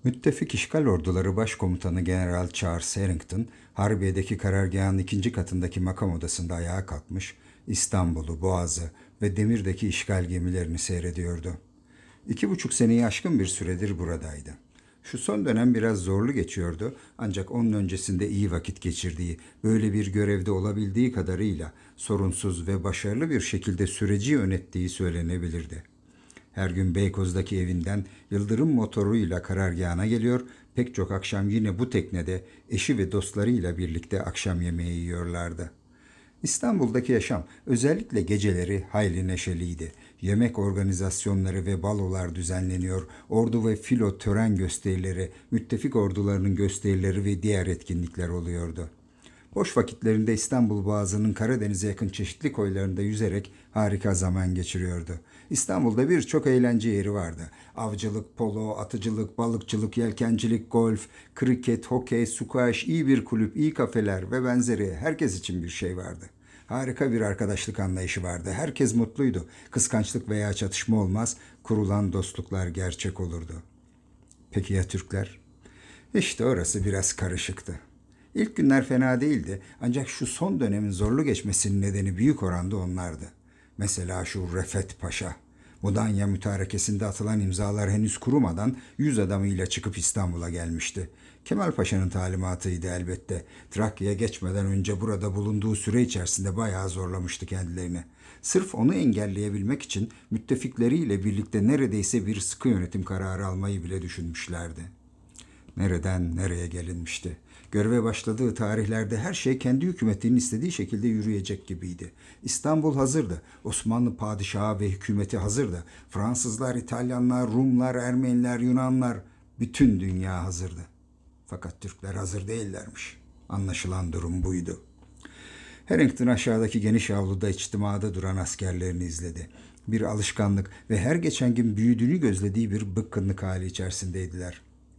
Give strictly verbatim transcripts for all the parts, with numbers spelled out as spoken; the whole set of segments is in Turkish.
Müttefik İşgal Orduları Başkomutanı General Charles Harrington, Harbiye'deki karargahın ikinci katındaki makam odasında ayağa kalkmış, İstanbul'u, Boğaz'ı ve Demir'deki işgal gemilerini seyrediyordu. İki buçuk seneyi aşkın bir süredir buradaydı. Şu son dönem biraz zorlu geçiyordu, ancak onun öncesinde iyi vakit geçirdiği, böyle bir görevde olabildiği kadarıyla sorunsuz ve başarılı bir şekilde süreci yönettiği söylenebilirdi. Her gün Beykoz'daki evinden yıldırım motoruyla karargahına geliyor, pek çok akşam yine bu teknede eşi ve dostlarıyla birlikte akşam yemeği yiyorlardı. İstanbul'daki yaşam özellikle geceleri hayli neşeliydi. Yemek organizasyonları ve balolar düzenleniyor, ordu ve filo tören gösterileri, müttefik ordularının gösterileri ve diğer etkinlikler oluyordu. Boş vakitlerinde İstanbul Boğazı'nın Karadeniz'e yakın çeşitli koylarında yüzerek harika zaman geçiriyordu. İstanbul'da birçok eğlence yeri vardı. Avcılık, polo, atıcılık, balıkçılık, yelkencilik, golf, kriket, hokey, squash, iyi bir kulüp, iyi kafeler ve benzeri herkes için bir şey vardı. Harika bir arkadaşlık anlayışı vardı. Herkes mutluydu. Kıskançlık veya çatışma olmaz, kurulan dostluklar gerçek olurdu. Peki ya Türkler? İşte orası biraz karışıktı. İlk günler fena değildi, ancak şu son dönemin zorlu geçmesinin nedeni büyük oranda onlardı. Mesela şu Refet Paşa. Mudanya mütarekesinde atılan imzalar henüz kurumadan yüz adamıyla çıkıp İstanbul'a gelmişti. Kemal Paşa'nın talimatıydı elbette. Trakya'ya geçmeden önce burada bulunduğu süre içerisinde bayağı zorlamıştı kendilerini. Sırf onu engelleyebilmek için müttefikleriyle birlikte neredeyse bir sıkı yönetim kararı almayı bile düşünmüşlerdi. Nereden nereye gelinmişti? Göreve başladığı tarihlerde her şey kendi hükümetinin istediği şekilde yürüyecek gibiydi. İstanbul hazırdı. Osmanlı padişahı ve hükümeti hazırdı. Fransızlar, İtalyanlar, Rumlar, Ermeniler, Yunanlar, bütün dünya hazırdı. Fakat Türkler hazır değillermiş. Anlaşılan durum buydu. Harrington aşağıdaki geniş avluda içtimada duran askerlerini izledi. Bir alışkanlık ve her geçen gün büyüdüğünü gözlediği bir bıkkınlık hali içerisindeydiler.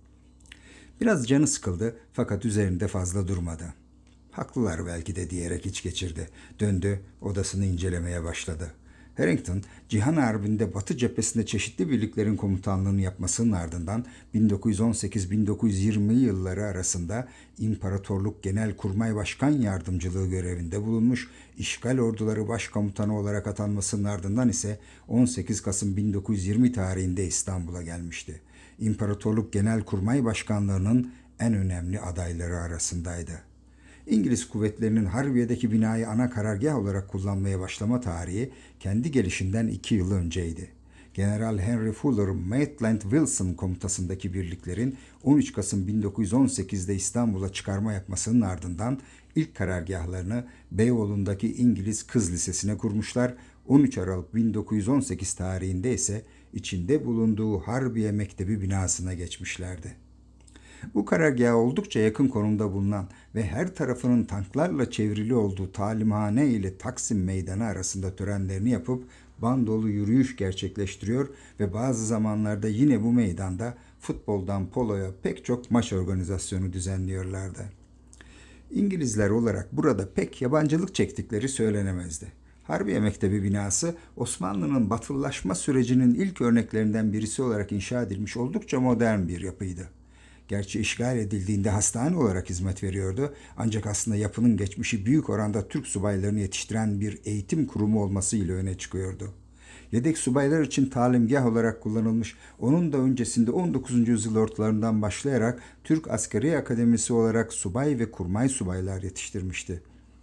Biraz canı sıkıldı, fakat üzerinde fazla durmadı. Haklılar belki de diyerek iç geçirdi. Döndü, odasını incelemeye başladı. Harrington, Cihan Harbi'nde Batı cephesinde çeşitli birliklerin komutanlığını yapmasının ardından bin dokuz yüz on sekiz bin dokuz yüz yirmi yılları arasında İmparatorluk Genelkurmay Başkan Yardımcılığı görevinde bulunmuş, işgal orduları başkomutanı olarak atanmasının ardından ise on sekiz Kasım bin dokuz yüz yirmi tarihinde İstanbul'a gelmişti. İmparatorluk Genelkurmay Başkanlığı'nın en önemli adayları arasındaydı. İngiliz kuvvetlerinin Harbiye'deki binayı ana karargah olarak kullanmaya başlama tarihi kendi gelişinden iki yıl önceydi. General Henry Fuller Maitland Wilson komutasındaki birliklerin on üç Kasım bin dokuz yüz on sekizde İstanbul'a çıkarma yapmasının ardından ilk karargahlarını Beyoğlu'ndaki İngiliz Kız Lisesi'ne kurmuşlar. on üç Aralık bin dokuz yüz on sekiz tarihinde ise içinde bulunduğu Harbiye Mektebi binasına geçmişlerdi. Bu karargaha oldukça yakın konumda bulunan ve her tarafının tanklarla çevrili olduğu Talimhane ile Taksim Meydanı arasında törenlerini yapıp bandolu yürüyüş gerçekleştiriyor ve bazı zamanlarda yine bu meydanda futboldan poloya pek çok maç organizasyonu düzenliyorlardı. İngilizler olarak burada pek yabancılık çektikleri söylenemezdi. Harbiye Mektebi binası Osmanlı'nın batılılaşma sürecinin ilk örneklerinden birisi olarak inşa edilmiş oldukça modern bir yapıydı. Gerçi işgal edildiğinde hastane olarak hizmet veriyordu, ancak aslında yapının geçmişi büyük oranda Türk subaylarını yetiştiren bir eğitim kurumu olmasıyla öne çıkıyordu. Yedek subaylar için talimgah olarak kullanılmış, onun da öncesinde on dokuzuncu yüzyıl ortalarından başlayarak Türk Askeri Akademisi olarak subay ve kurmay subaylar yetiştirmişti.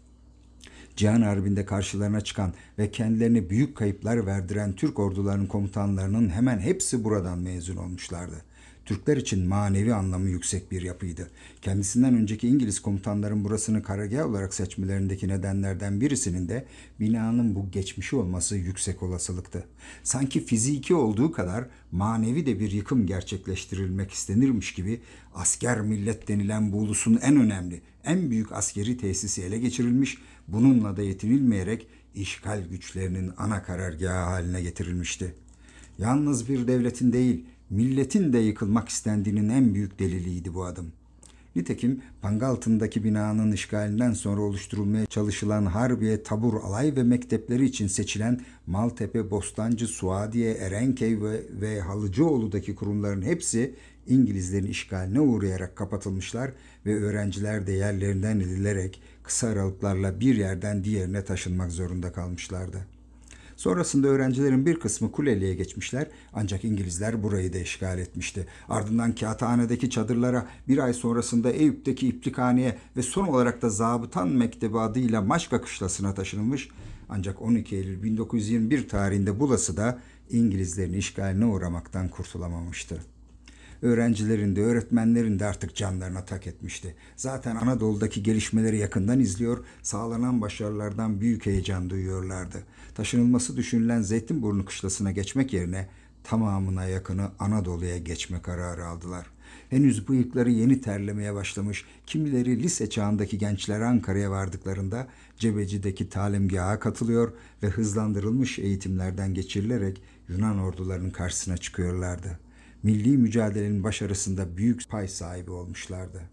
Cihan Harbi'nde karşılarına çıkan ve kendilerine büyük kayıplar verdiren Türk ordularının komutanlarının hemen hepsi buradan mezun olmuşlardı. Türkler için manevi anlamı yüksek bir yapıydı. Kendisinden önceki İngiliz komutanların burasını karargah olarak seçmelerindeki nedenlerden birisinin de binanın bu geçmişi olması yüksek olasılıktı. Sanki fiziki olduğu kadar manevi de bir yıkım gerçekleştirilmek istenirmiş gibi asker millet denilen bu ulusun en önemli, en büyük askeri tesisi ele geçirilmiş, bununla da yetinilmeyerek işgal güçlerinin ana karargahı haline getirilmişti. Yalnız bir devletin değil, milletin de yıkılmak istendiğinin en büyük deliliydi bu adım. Nitekim Pangaltı'ndaki binanın işgalinden sonra oluşturulmaya çalışılan Harbiye Tabur Alay ve Mektepleri için seçilen Maltepe, Bostancı, Suadiye, Erenkey ve, ve Halıcıoğlu'daki kurumların hepsi İngilizlerin işgaline uğrayarak kapatılmışlar ve öğrenciler de yerlerinden edilerek kısa aralıklarla bir yerden diğerine taşınmak zorunda kalmışlardı. Sonrasında öğrencilerin bir kısmı Kuleli'ye geçmişler ancak İngilizler burayı da işgal etmişti. Ardından Kağıthane'deki çadırlara, bir ay sonrasında Eyüp'teki İplikhane'ye ve son olarak da Zabıtan Mektebi adıyla Maçka Kışlası'na taşınılmış. Ancak on iki Eylül bin dokuz yüz yirmi bir tarihinde Bulası da İngilizlerin işgaline uğramaktan kurtulamamıştı. Öğrencilerin de öğretmenlerin de artık canlarına tak etmişti. Zaten Anadolu'daki gelişmeleri yakından izliyor, sağlanan başarılardan büyük heyecan duyuyorlardı. Taşınılması düşünülen Zeytinburnu Kışlası'na geçmek yerine tamamına yakını Anadolu'ya geçme kararı aldılar. Henüz bıyıkları yeni terlemeye başlamış, kimileri lise çağındaki gençler Ankara'ya vardıklarında Cebeci'deki talimgaha katılıyor ve hızlandırılmış eğitimlerden geçirilerek Yunan ordularının karşısına çıkıyorlardı. Milli mücadelenin başarısında büyük pay sahibi olmuşlardı.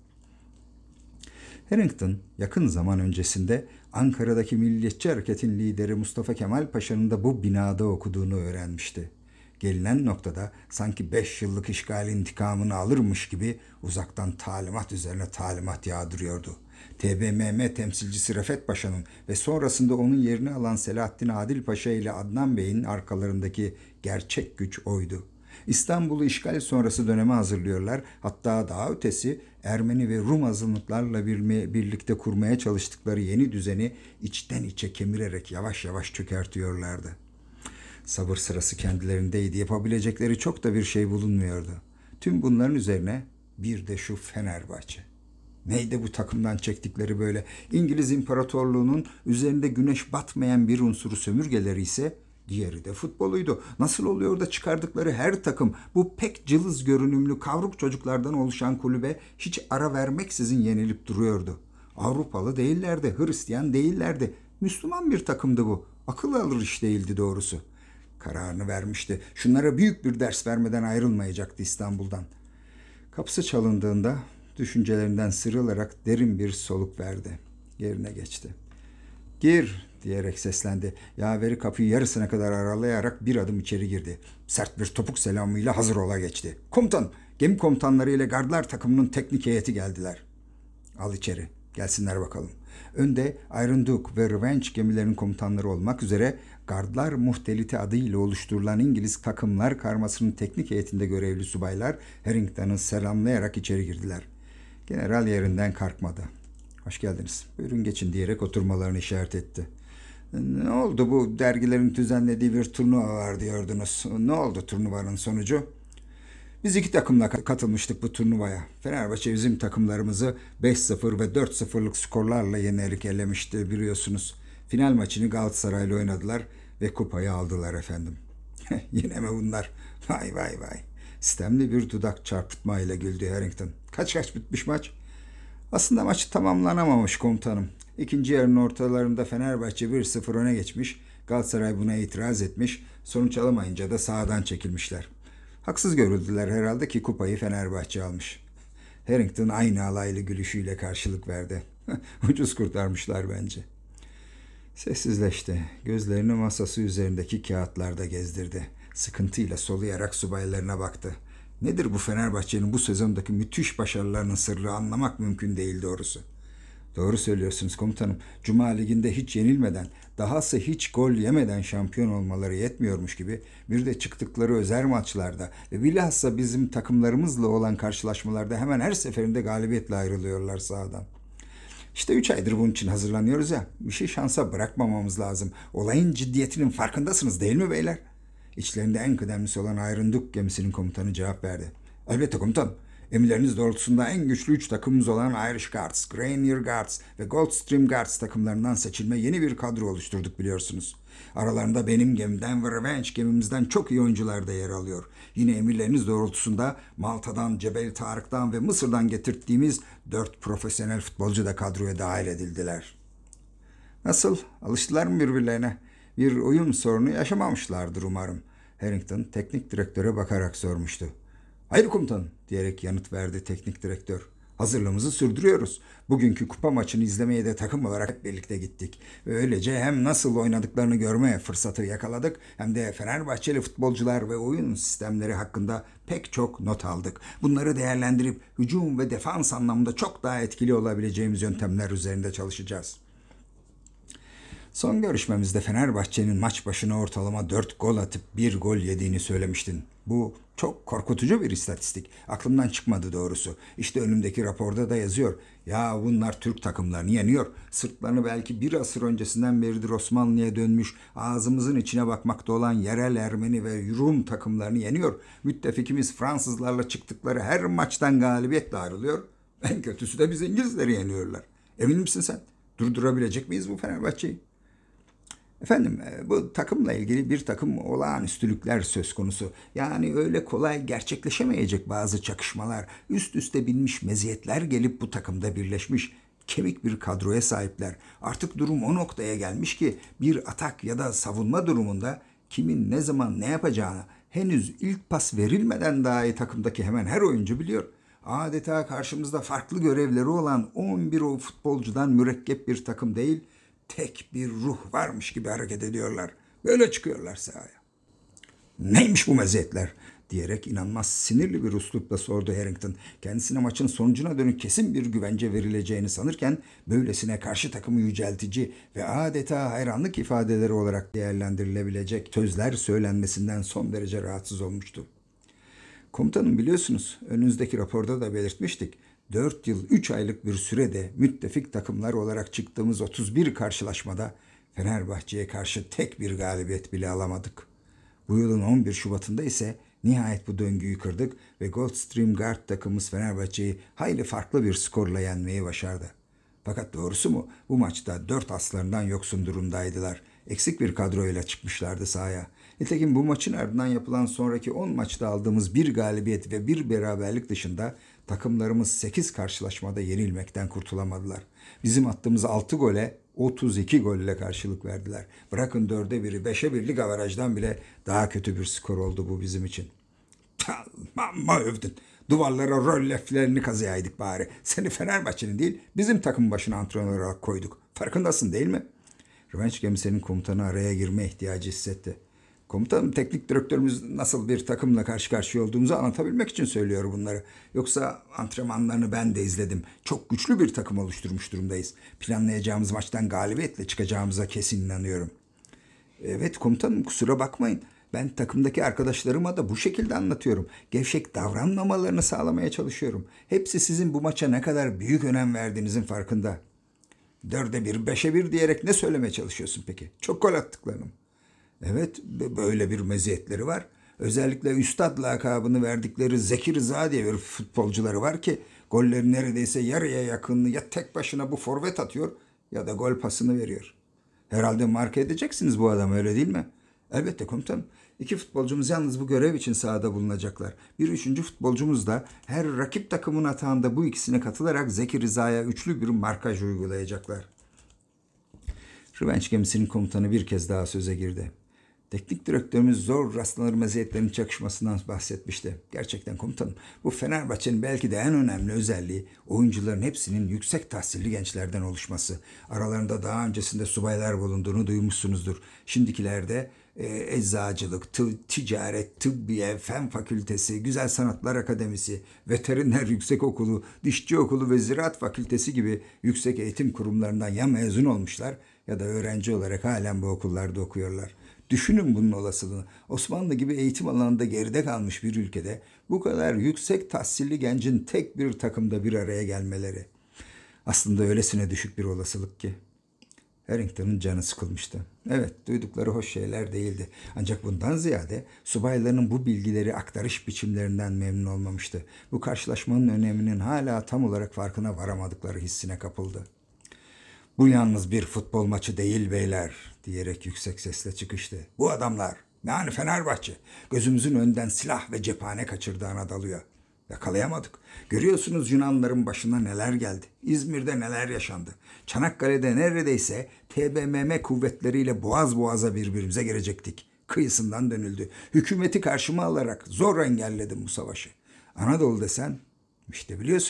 Harrington yakın zaman öncesinde Ankara'daki Milliyetçi Hareket'in lideri Mustafa Kemal Paşa'nın da bu binada okuduğunu öğrenmişti. Gelinen noktada sanki beş yıllık işgalin intikamını alırmış gibi uzaktan talimat üzerine talimat yağdırıyordu. T B M M temsilcisi Refet Paşa'nın ve sonrasında onun yerini alan Selahattin Adil Paşa ile Adnan Bey'in arkalarındaki gerçek güç oydu. İstanbul'u işgal sonrası döneme hazırlıyorlar. Hatta daha ötesi Ermeni ve Rum azınlıklarla birlikte kurmaya çalıştıkları yeni düzeni içten içe kemirerek yavaş yavaş çökertiyorlardı. Sabır sırası kendilerindeydi. Yapabilecekleri çok da bir şey bulunmuyordu. Tüm bunların üzerine bir de şu Fenerbahçe. Neydi bu takımdan çektikleri böyle? İngiliz İmparatorluğu'nun üzerinde güneş batmayan bir unsuru sömürgeleri ise diğeri de futboluydu. Nasıl oluyor da çıkardıkları her takım bu pek cılız görünümlü kavruk çocuklardan oluşan kulübe hiç ara vermeksizin yenilip duruyordu. Avrupalı değillerdi, Hristiyan değillerdi. Müslüman bir takımdı bu. Akıl alır iş değildi doğrusu. Kararını vermişti. Şunlara büyük bir ders vermeden ayrılmayacaktı İstanbul'dan. Kapısı çalındığında düşüncelerinden sıyrılarak derin bir soluk verdi. Yerine geçti. "Gir," diyerek seslendi. Yaveri kapıyı yarısına kadar aralayarak bir adım içeri girdi. Sert bir topuk selamıyla hazır ola geçti. "Komutan, gemi komutanları ile gardlar takımının teknik heyeti geldiler." "Al içeri, gelsinler bakalım." Önde Iron Duke ve Revenge gemilerinin komutanları olmak üzere Gardlar Muhteliti adıyla oluşturulan İngiliz takımlar karmasının teknik heyetinde görevli subaylar Harrington'ı selamlayarak içeri girdiler. General yerinden kalkmadı. "Hoş geldiniz. Buyurun geçin," diyerek oturmalarını işaret etti. "Ne oldu, bu dergilerin düzenlediği bir turnuva var diyordunuz. Ne oldu turnuvanın sonucu?" "Biz iki takımla katılmıştık bu turnuvaya. Fenerbahçe bizim takımlarımızı beş sıfır ve dört sıfırlık skorlarla yenerek elemişti biliyorsunuz. Final maçını Galatasaray'la oynadılar ve kupayı aldılar efendim." "Yine mi bunlar? Vay vay vay." Sistemli bir dudak çarpıtmayla güldü Harrington. "Kaç kaç bitmiş maç?" "Aslında maç tamamlanamamış komutanım. İkinci yarının ortalarında Fenerbahçe bir sıfır öne geçmiş. Galatasaray buna itiraz etmiş. Sonuç alamayınca da sahadan çekilmişler. Haksız görüldüler herhalde ki kupayı Fenerbahçe almış." Harrington aynı alaylı gülüşüyle karşılık verdi. "Ucuz kurtarmışlar bence." Sessizleşti. Gözlerini masası üzerindeki kağıtlarda gezdirdi. Sıkıntıyla soluyarak subaylarına baktı. Nedir bu Fenerbahçe'nin bu sezondaki müthiş başarılarının sırrı, anlamak mümkün değil doğrusu. "Doğru söylüyorsunuz komutanım. Cuma Ligi'nde hiç yenilmeden, dahası hiç gol yemeden şampiyon olmaları yetmiyormuş gibi bir de çıktıkları özel maçlarda ve bilhassa bizim takımlarımızla olan karşılaşmalarda hemen her seferinde galibiyetle ayrılıyorlar sahadan. İşte üç aydır bunun için hazırlanıyoruz ya. Bir şey şansa bırakmamamız lazım. Olayın ciddiyetinin farkındasınız değil mi beyler?" İçlerinde en kıdemlisi olan Iron Duke gemisinin komutanı cevap verdi. "Elbette komutan. Emirleriniz doğrultusunda en güçlü üç takımımız olan Irish Guards, Grenier Guards ve Goldstream Guards takımlarından seçilme yeni bir kadro oluşturduk biliyorsunuz. Aralarında benim gemimden ve Revenge gemimizden çok iyi oyuncular da yer alıyor. Yine emirleriniz doğrultusunda Malta'dan, Cebel Tarık'tan ve Mısır'dan getirttiğimiz dört profesyonel futbolcu da kadroya dahil edildiler." "Nasıl? Alıştılar mı birbirlerine? Bir uyum sorunu yaşamamışlardır umarım." Harrington teknik direktöre bakarak sormuştu. "Hayır komutanım," diyerek yanıt verdi teknik direktör. Hazırlığımızı sürdürüyoruz. Bugünkü kupa maçını izlemeye de takım olarak hep birlikte gittik. Öylece hem nasıl oynadıklarını görmeye fırsatı yakaladık hem de Fenerbahçeli futbolcular ve oyun sistemleri hakkında pek çok not aldık. Bunları değerlendirip hücum ve defans anlamında çok daha etkili olabileceğimiz yöntemler üzerinde çalışacağız. Son görüşmemizde Fenerbahçe'nin maç başına ortalama dört gol atıp bir gol yediğini söylemiştin. Bu çok korkutucu bir istatistik. Aklımdan çıkmadı doğrusu. İşte önümdeki raporda da yazıyor. Ya bunlar Türk takımlarını yeniyor. Sırtlarını belki bir asır öncesinden beridir Osmanlı'ya dönmüş, ağzımızın içine bakmakta olan yerel Ermeni ve Rum takımlarını yeniyor. Müttefikimiz Fransızlarla çıktıkları her maçtan galibiyetle ayrılıyor. En kötüsü de biz İngilizleri yeniyorlar. Emin misin sen? Durdurabilecek miyiz bu Fenerbahçe'yi? Efendim bu takımla ilgili bir takım olağanüstülükler söz konusu. Yani öyle kolay gerçekleşemeyecek bazı çakışmalar, üst üste binmiş meziyetler gelip bu takımda birleşmiş kemik bir kadroya sahipler. Artık durum o noktaya gelmiş ki bir atak ya da savunma durumunda kimin ne zaman ne yapacağını henüz ilk pas verilmeden dahi takımdaki hemen her oyuncu biliyor. Adeta karşımızda farklı görevleri olan on bir o futbolcudan mürekkep bir takım değil, tek bir ruh varmış gibi hareket ediyorlar. Böyle çıkıyorlar sahaya. Neymiş bu meziyetler? Diyerek inanmaz sinirli bir üslupla sordu Harrington. Kendisine maçın sonucuna dönük kesin bir güvence verileceğini sanırken böylesine karşı takımı yüceltici ve adeta hayranlık ifadeleri olarak değerlendirilebilecek sözler söylenmesinden son derece rahatsız olmuştu. Komutanım biliyorsunuz önünüzdeki raporda da belirtmiştik. dört yıl üç aylık bir sürede müttefik takımlar olarak çıktığımız otuz bir karşılaşmada Fenerbahçe'ye karşı tek bir galibiyet bile alamadık. Bu yılın on bir Şubat'ında ise nihayet bu döngüyü kırdık ve Goldstream Guard takımımız Fenerbahçe'yi hayli farklı bir skorla yenmeyi başardı. Fakat doğrusu mu bu maçta dört aslarından yoksun durumdaydılar. Eksik bir kadroyla çıkmışlardı sahaya. Nitekim bu maçın ardından yapılan sonraki on maçta aldığımız bir galibiyet ve bir beraberlik dışında takımlarımız sekiz karşılaşmada yenilmekten kurtulamadılar. Bizim attığımız altı gole otuz iki golle karşılık verdiler. Bırakın dörde biri, beşe birlik averajdan bile daha kötü bir skor oldu bu bizim için. Amma övdün. Duvarlara rolleflerini kazıyaydık bari. Seni Fenerbahçe'nin değil bizim takım başına antrenör olarak koyduk. Farkındasın değil mi? Rövanş gemisinin komutanı araya girme ihtiyacı hissetti. Komutanım teknik direktörümüz nasıl bir takımla karşı karşıya olduğumuzu anlatabilmek için söylüyor bunları. Yoksa antrenmanlarını ben de izledim. Çok güçlü bir takım oluşturmuş durumdayız. Planlayacağımız maçtan galibiyetle çıkacağımıza kesin inanıyorum. Evet komutanım kusura bakmayın. Ben takımdaki arkadaşlarıma da bu şekilde anlatıyorum. Gevşek davranmamalarını sağlamaya çalışıyorum. Hepsi sizin bu maça ne kadar büyük önem verdiğinizin farkında. Dörde bir, beşe bir diyerek ne söylemeye çalışıyorsun peki? Çok gol attıklarını mı? Evet, böyle bir meziyetleri var. Özellikle üstad lakabını verdikleri Zeki Rıza diye bir futbolcuları var ki golleri neredeyse yarıya yakınını ya tek başına bu forvet atıyor ya da gol pasını veriyor. Herhalde marka edeceksiniz bu adamı öyle değil mi? Elbette komutanım. İki futbolcumuz yalnız bu görev için sahada bulunacaklar. Bir üçüncü futbolcumuz da her rakip takımın atağında bu ikisine katılarak Zeki Rıza'ya üçlü bir markaj uygulayacaklar. Revenge gemisinin komutanı bir kez daha söze girdi. Teknik direktörümüz zor rastlanır meziyetlerin çakışmasından bahsetmişti. Gerçekten komutanım bu Fenerbahçe'nin belki de en önemli özelliği oyuncuların hepsinin yüksek tahsilli gençlerden oluşması. Aralarında daha öncesinde subaylar bulunduğunu duymuşsunuzdur. Şimdikilerde e, eczacılık, tı, ticaret, tıbbiye, fen fakültesi, güzel sanatlar akademisi, veteriner yüksek okulu, dişçi okulu ve ziraat fakültesi gibi yüksek eğitim kurumlarından ya mezun olmuşlar ya da öğrenci olarak halen bu okullarda okuyorlar. Düşünün bunun olasılığını. Osmanlı gibi eğitim alanında geride kalmış bir ülkede bu kadar yüksek tahsilli gencin tek bir takımda bir araya gelmeleri. Aslında öylesine düşük bir olasılık ki. Harrington'ın canı sıkılmıştı. Evet, duydukları hoş şeyler değildi. Ancak bundan ziyade subaylarının bu bilgileri aktarış biçimlerinden memnun olmamıştı. Bu karşılaşmanın öneminin hala tam olarak farkına varamadıkları hissine kapıldı. Bu yalnız bir futbol maçı değil beyler diyerek yüksek sesle çıkıştı. Bu adamlar yani Fenerbahçe gözümüzün önden silah ve cephane kaçırdığına dalıyor. Yakalayamadık. Görüyorsunuz Yunanların başına neler geldi. İzmir'de neler yaşandı. Çanakkale'de neredeyse T B M M kuvvetleriyle boğaz boğaza birbirimize girecektik. Kıyısından dönüldü. Hükümeti karşıma alarak zor engelledim bu savaşı. Anadolu desen işte biliyorsunuz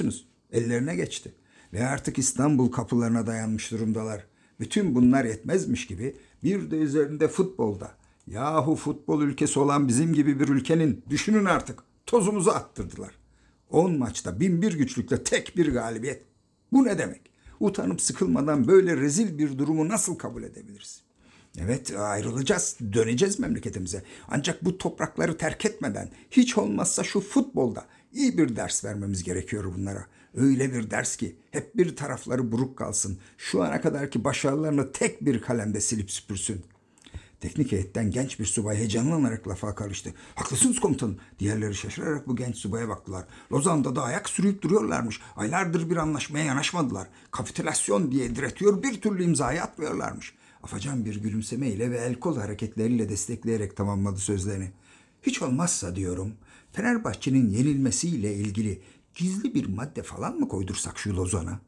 Ellerine geçti. Ve artık İstanbul kapılarına dayanmış durumdalar. Bütün bunlar yetmezmiş gibi bir de üzerinde futbolda. Yahu futbol ülkesi olan bizim gibi bir ülkenin düşünün artık tozumuzu attırdılar. On maçta bin bir güçlükle tek bir galibiyet. Bu ne demek? Utanıp sıkılmadan böyle rezil bir durumu nasıl kabul edebiliriz? Evet, ayrılacağız, döneceğiz memleketimize. Ancak bu toprakları terk etmeden hiç olmazsa şu futbolda iyi bir ders vermemiz gerekiyor bunlara. Öyle bir ders ki hep bir tarafları buruk kalsın. Şu ana kadarki başarılarını tek bir kalemde silip süpürsün. Teknik heyetten genç bir subay heyecanlanarak lafa karıştı. Haklısınız komutanım. Diğerleri şaşırarak bu genç subaya baktılar. Lozan'da da ayak sürüyüp duruyorlarmış. Aylardır bir anlaşmaya yanaşmadılar. Kapitülasyon diye diretiyor, bir türlü imzayı atmıyorlarmış. Afacan bir gülümsemeyle ve el kol hareketleriyle destekleyerek tamamladı sözlerini. Hiç olmazsa diyorum, Fenerbahçe'nin yenilmesiyle ilgili gizli bir madde falan mı koydursak şu Lozan'a?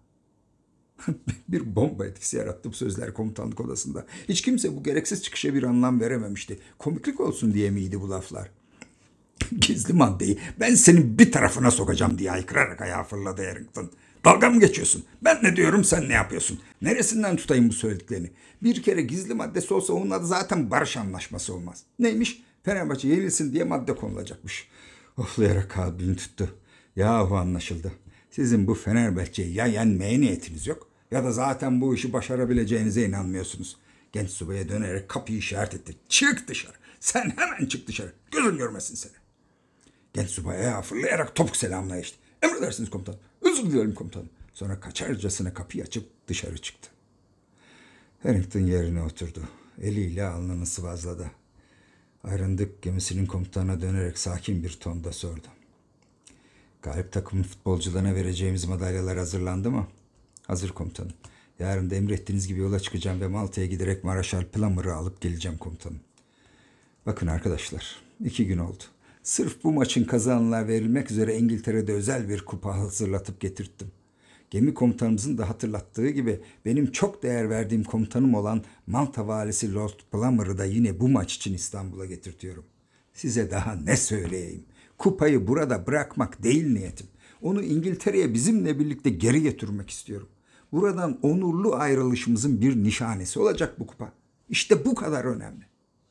Bir bomba etkisi yarattı bu sözler komutanlık odasında. Hiç kimse bu gereksiz çıkışa bir anlam verememişti. Komiklik olsun diye miydi bu laflar? Gizli maddeyi ben senin bir tarafına sokacağım diye haykırarak ayağa fırladı Harrington. Dalga mı geçiyorsun? Ben ne diyorum, sen ne yapıyorsun? Neresinden tutayım bu söylediklerini? Bir kere gizli maddesi olsa onun adı zaten barış anlaşması olmaz. Neymiş? Fenerbahçe yenilsin diye madde konulacakmış. Oflayarak kalbini tuttu. Yahu anlaşıldı. Sizin bu Fenerbahçe'yi ya yenmeye niyetiniz yok ya da zaten bu işi başarabileceğinize inanmıyorsunuz. Genç subaya dönerek kapıyı işaret etti. Çık dışarı. Sen hemen çık dışarı. Gözün görmesin seni. Genç subay ayağa fırlayarak topuk selamına geçti. Emredersiniz komutanım. Özür dilerim komutanım. Sonra kaçarcasına kapıyı açıp dışarı çıktı. Harrington yerine oturdu. Eliyle alnını sıvazladı. Ayrındık gemisinin komutanına dönerek sakin bir tonda sordu. Galip takımın futbolcularına vereceğimiz madalyalar hazırlandı mı? Hazır komutanım. Yarın da emrettiğiniz gibi yola çıkacağım ve Malta'ya giderek Maraşal Plummer'ı alıp geleceğim komutanım. Bakın arkadaşlar, iki gün oldu. Sırf bu maçın kazananlar verilmek üzere İngiltere'de özel bir kupa hazırlatıp getirttim. Gemi komutanımızın da hatırlattığı gibi benim çok değer verdiğim komutanım olan Malta valisi Lord Plummer'ı da yine bu maç için İstanbul'a getirtiyorum. Size daha ne söyleyeyim? Kupayı burada bırakmak değil niyetim. Onu İngiltere'ye bizimle birlikte geri getirmek istiyorum. Buradan onurlu ayrılışımızın bir nişanesi olacak bu kupa. İşte bu kadar önemli.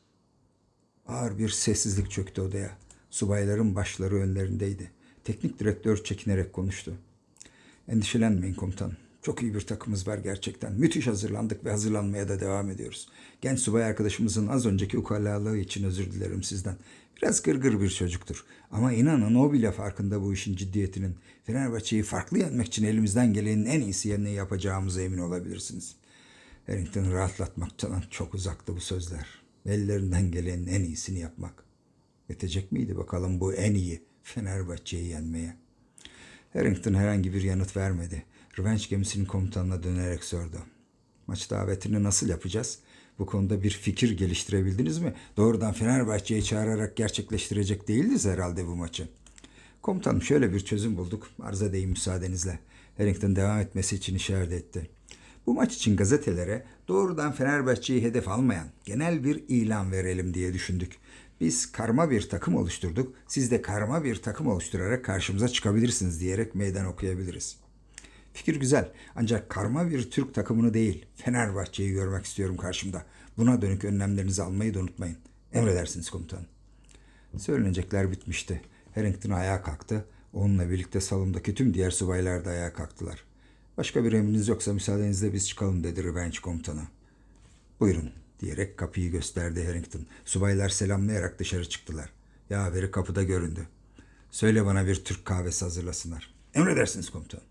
Ağır bir sessizlik çöktü odaya. Subayların başları önlerindeydi. Teknik direktör çekinerek konuştu. Endişelenmeyin komutanım. Çok iyi bir takımımız var gerçekten. Müthiş hazırlandık ve hazırlanmaya da devam ediyoruz. Genç subay arkadaşımızın az önceki ukalalığı için özür dilerim sizden. Biraz gırgır bir çocuktur. Ama inanın o bile farkında bu işin ciddiyetinin. Fenerbahçe'yi farklı yenmek için elimizden gelenin en iyisi yerine yapacağımıza emin olabilirsiniz. Harrington'u rahatlatmaktan çok uzaktı bu sözler. Ellerinden gelenin en iyisini yapmak. Yetecek miydi bakalım bu en iyi Fenerbahçe'yi yenmeye? Harrington herhangi bir yanıt vermedi. Revenge gemisinin komutanına dönerek sordu. Maç davetini nasıl yapacağız? Bu konuda bir fikir geliştirebildiniz mi? Doğrudan Fenerbahçe'yi çağırarak gerçekleştirecek değiliz herhalde bu maçı. Komutanım şöyle bir çözüm bulduk. Arz edeyim müsaadenizle. Harrington devam etmesi için işaret etti. Bu maç için gazetelere doğrudan Fenerbahçe'yi hedef almayan genel bir ilan verelim diye düşündük. Biz karma bir takım oluşturduk. Siz de karma bir takım oluşturarak karşımıza çıkabilirsiniz diyerek meydan okuyabiliriz. Fikir güzel. Ancak karma bir Türk takımını değil, Fenerbahçe'yi görmek istiyorum karşımda. Buna dönük önlemlerinizi almayı da unutmayın. Emredersiniz komutanım. Söylenecekler bitmişti. Harrington ayağa kalktı. Onunla birlikte salondaki tüm diğer subaylar da ayağa kalktılar. Başka bir emriniz yoksa müsaadenizle biz çıkalım dedi Revenge komutanı. Buyurun diyerek kapıyı gösterdi Harrington. Subaylar selamlayarak dışarı çıktılar. Yaveri kapıda göründü. Söyle bana bir Türk kahvesi hazırlasınlar. Emredersiniz komutanım.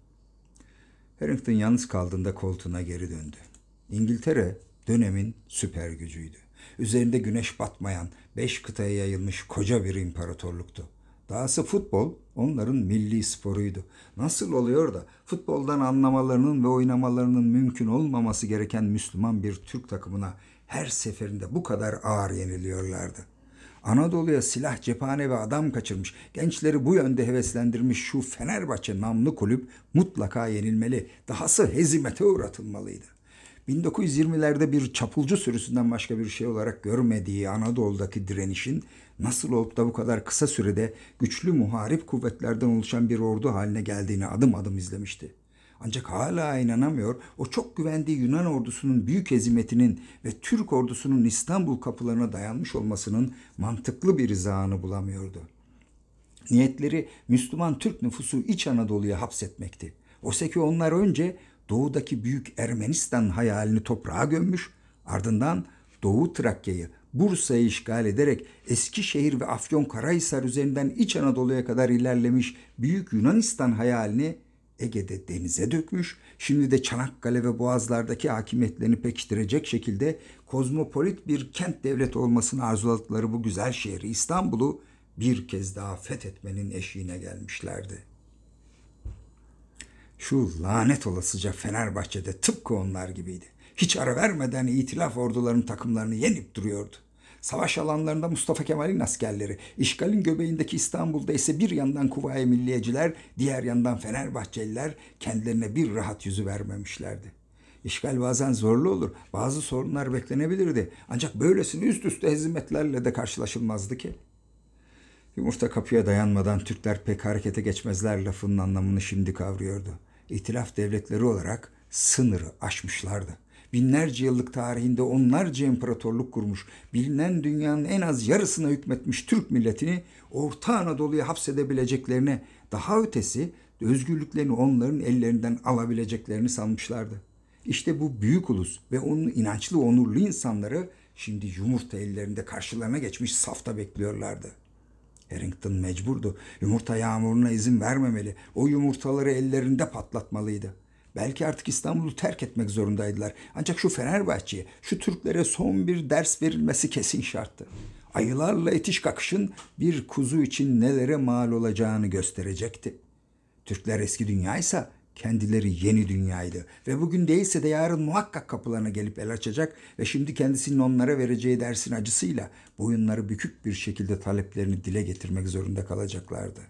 Harrington yalnız kaldığında koltuğuna geri döndü. İngiltere dönemin süper gücüydü. Üzerinde güneş batmayan, beş kıtaya yayılmış koca bir imparatorluktu. Dahası futbol onların milli sporuydu. Nasıl oluyor da futboldan anlamalarının ve oynamalarının mümkün olmaması gereken Müslüman bir Türk takımına her seferinde bu kadar ağır yeniliyorlardı? Anadolu'ya silah, cephane ve adam kaçırmış, gençleri bu yönde heveslendirmiş şu Fenerbahçe namlı kulüp mutlaka yenilmeli, dahası hezimete uğratılmalıydı. bin dokuz yüz yirmilerde bir çapulcu sürüsünden başka bir şey olarak görmediği Anadolu'daki direnişin nasıl olup da bu kadar kısa sürede güçlü muharip kuvvetlerden oluşan bir ordu haline geldiğini adım adım izlemişti. Ancak hala inanamıyor, o çok güvendiği Yunan ordusunun büyük hezimetinin ve Türk ordusunun İstanbul kapılarına dayanmış olmasının mantıklı bir izahını bulamıyordu. Niyetleri Müslüman Türk nüfusu İç Anadolu'ya hapsetmekti. Oysa ki onlar önce doğudaki büyük Ermenistan hayalini toprağa gömmüş, ardından Doğu Trakya'yı, Bursa'yı işgal ederek Eskişehir ve Afyonkarahisar üzerinden İç Anadolu'ya kadar ilerlemiş büyük Yunanistan hayalini Ege'de denize dökmüş, şimdi de Çanakkale ve Boğazlar'daki hakimiyetlerini pekiştirecek şekilde kozmopolit bir kent devleti olmasını arzuladıkları bu güzel şehri İstanbul'u bir kez daha fethetmenin eşiğine gelmişlerdi. Şu lanet olasıca Fenerbahçe'de tıpkı onlar gibiydi. Hiç ara vermeden itilaf ordularının takımlarını yenip duruyordu. Savaş alanlarında Mustafa Kemal'in askerleri, işgalin göbeğindeki İstanbul'da ise bir yandan Kuvayi Milliyeciler, diğer yandan Fenerbahçeliler kendilerine bir rahat yüzü vermemişlerdi. İşgal bazen zorlu olur, bazı sorunlar beklenebilirdi. Ancak böylesine üst üste hezimetlerle de karşılaşılmazdı ki. Yumurta kapıya dayanmadan Türkler pek harekete geçmezler lafının anlamını şimdi kavruyordu. İtilaf devletleri olarak sınırı aşmışlardı. Binlerce yıllık tarihinde onlarca imparatorluk kurmuş, bilinen dünyanın en az yarısına hükmetmiş Türk milletini Orta Anadolu'ya hapsedebileceklerine, daha ötesi özgürlüklerini onların ellerinden alabileceklerini sanmışlardı. İşte bu büyük ulus ve onun inançlı, onurlu insanları şimdi yumurta ellerinde karşılarına geçmiş safta bekliyorlardı. Harrington mecburdu. Yumurta yağmuruna izin vermemeli. O yumurtaları ellerinde patlatmalıydı. Belki artık İstanbul'u terk etmek zorundaydılar. Ancak şu Fenerbahçe'ye, şu Türklere son bir ders verilmesi kesin şarttı. Ayılarla itiş kakışın bir kuzu için nelere mal olacağını gösterecekti. Türkler eski dünyaysa kendileri yeni dünyaydı ve bugün değilse de yarın muhakkak kapılarına gelip el açacak ve şimdi kendisinin onlara vereceği dersin acısıyla boyunları bükük bir şekilde taleplerini dile getirmek zorunda kalacaklardı.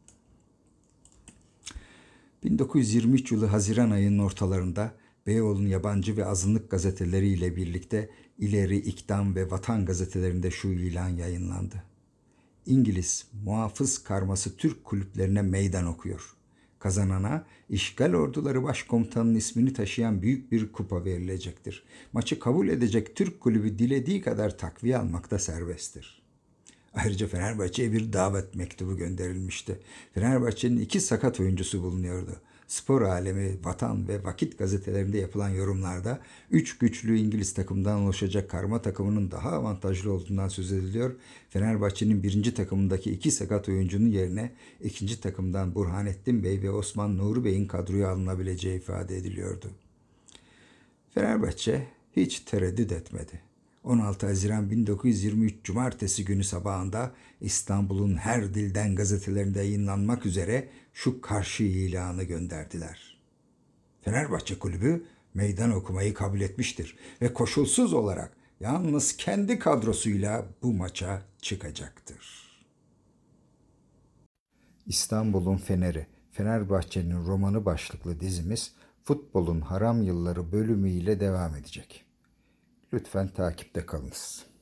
bin dokuz yüz yirmi üç yılı Haziran ayının ortalarında Beyoğlu'nun yabancı ve azınlık gazeteleriyle birlikte İleri, İkdam ve Vatan gazetelerinde şu ilan yayınlandı. İngiliz muhafız karması Türk kulüplerine meydan okuyor. Kazanana işgal orduları başkomutanının ismini taşıyan büyük bir kupa verilecektir. Maçı kabul edecek Türk kulübü dilediği kadar takviye almakta serbesttir. Ayrıca Fenerbahçe'ye bir davet mektubu gönderilmişti. Fenerbahçe'nin iki sakat oyuncusu bulunuyordu. Spor Alemi, Vatan ve Vakit gazetelerinde yapılan yorumlarda üç güçlü İngiliz takımdan oluşacak karma takımının daha avantajlı olduğundan söz ediliyor. Fenerbahçe'nin birinci takımındaki iki sakat oyuncunun yerine ikinci takımdan Burhanettin Bey ve Osman Nuri Bey'in kadroya alınabileceği ifade ediliyordu. Fenerbahçe hiç tereddüt etmedi. on altı Haziran bin dokuz yüz yirmi üç Cumartesi günü sabahında İstanbul'un her dilden gazetelerinde yayınlanmak üzere şu karşı ilanı gönderdiler. Fenerbahçe Kulübü meydan okumayı kabul etmiştir ve koşulsuz olarak yalnız kendi kadrosuyla bu maça çıkacaktır. İstanbul'un Feneri, Fenerbahçe'nin romanı başlıklı dizimiz Futbolun Haram Yılları bölümüyle devam edecek. Lütfen takipte kalınız.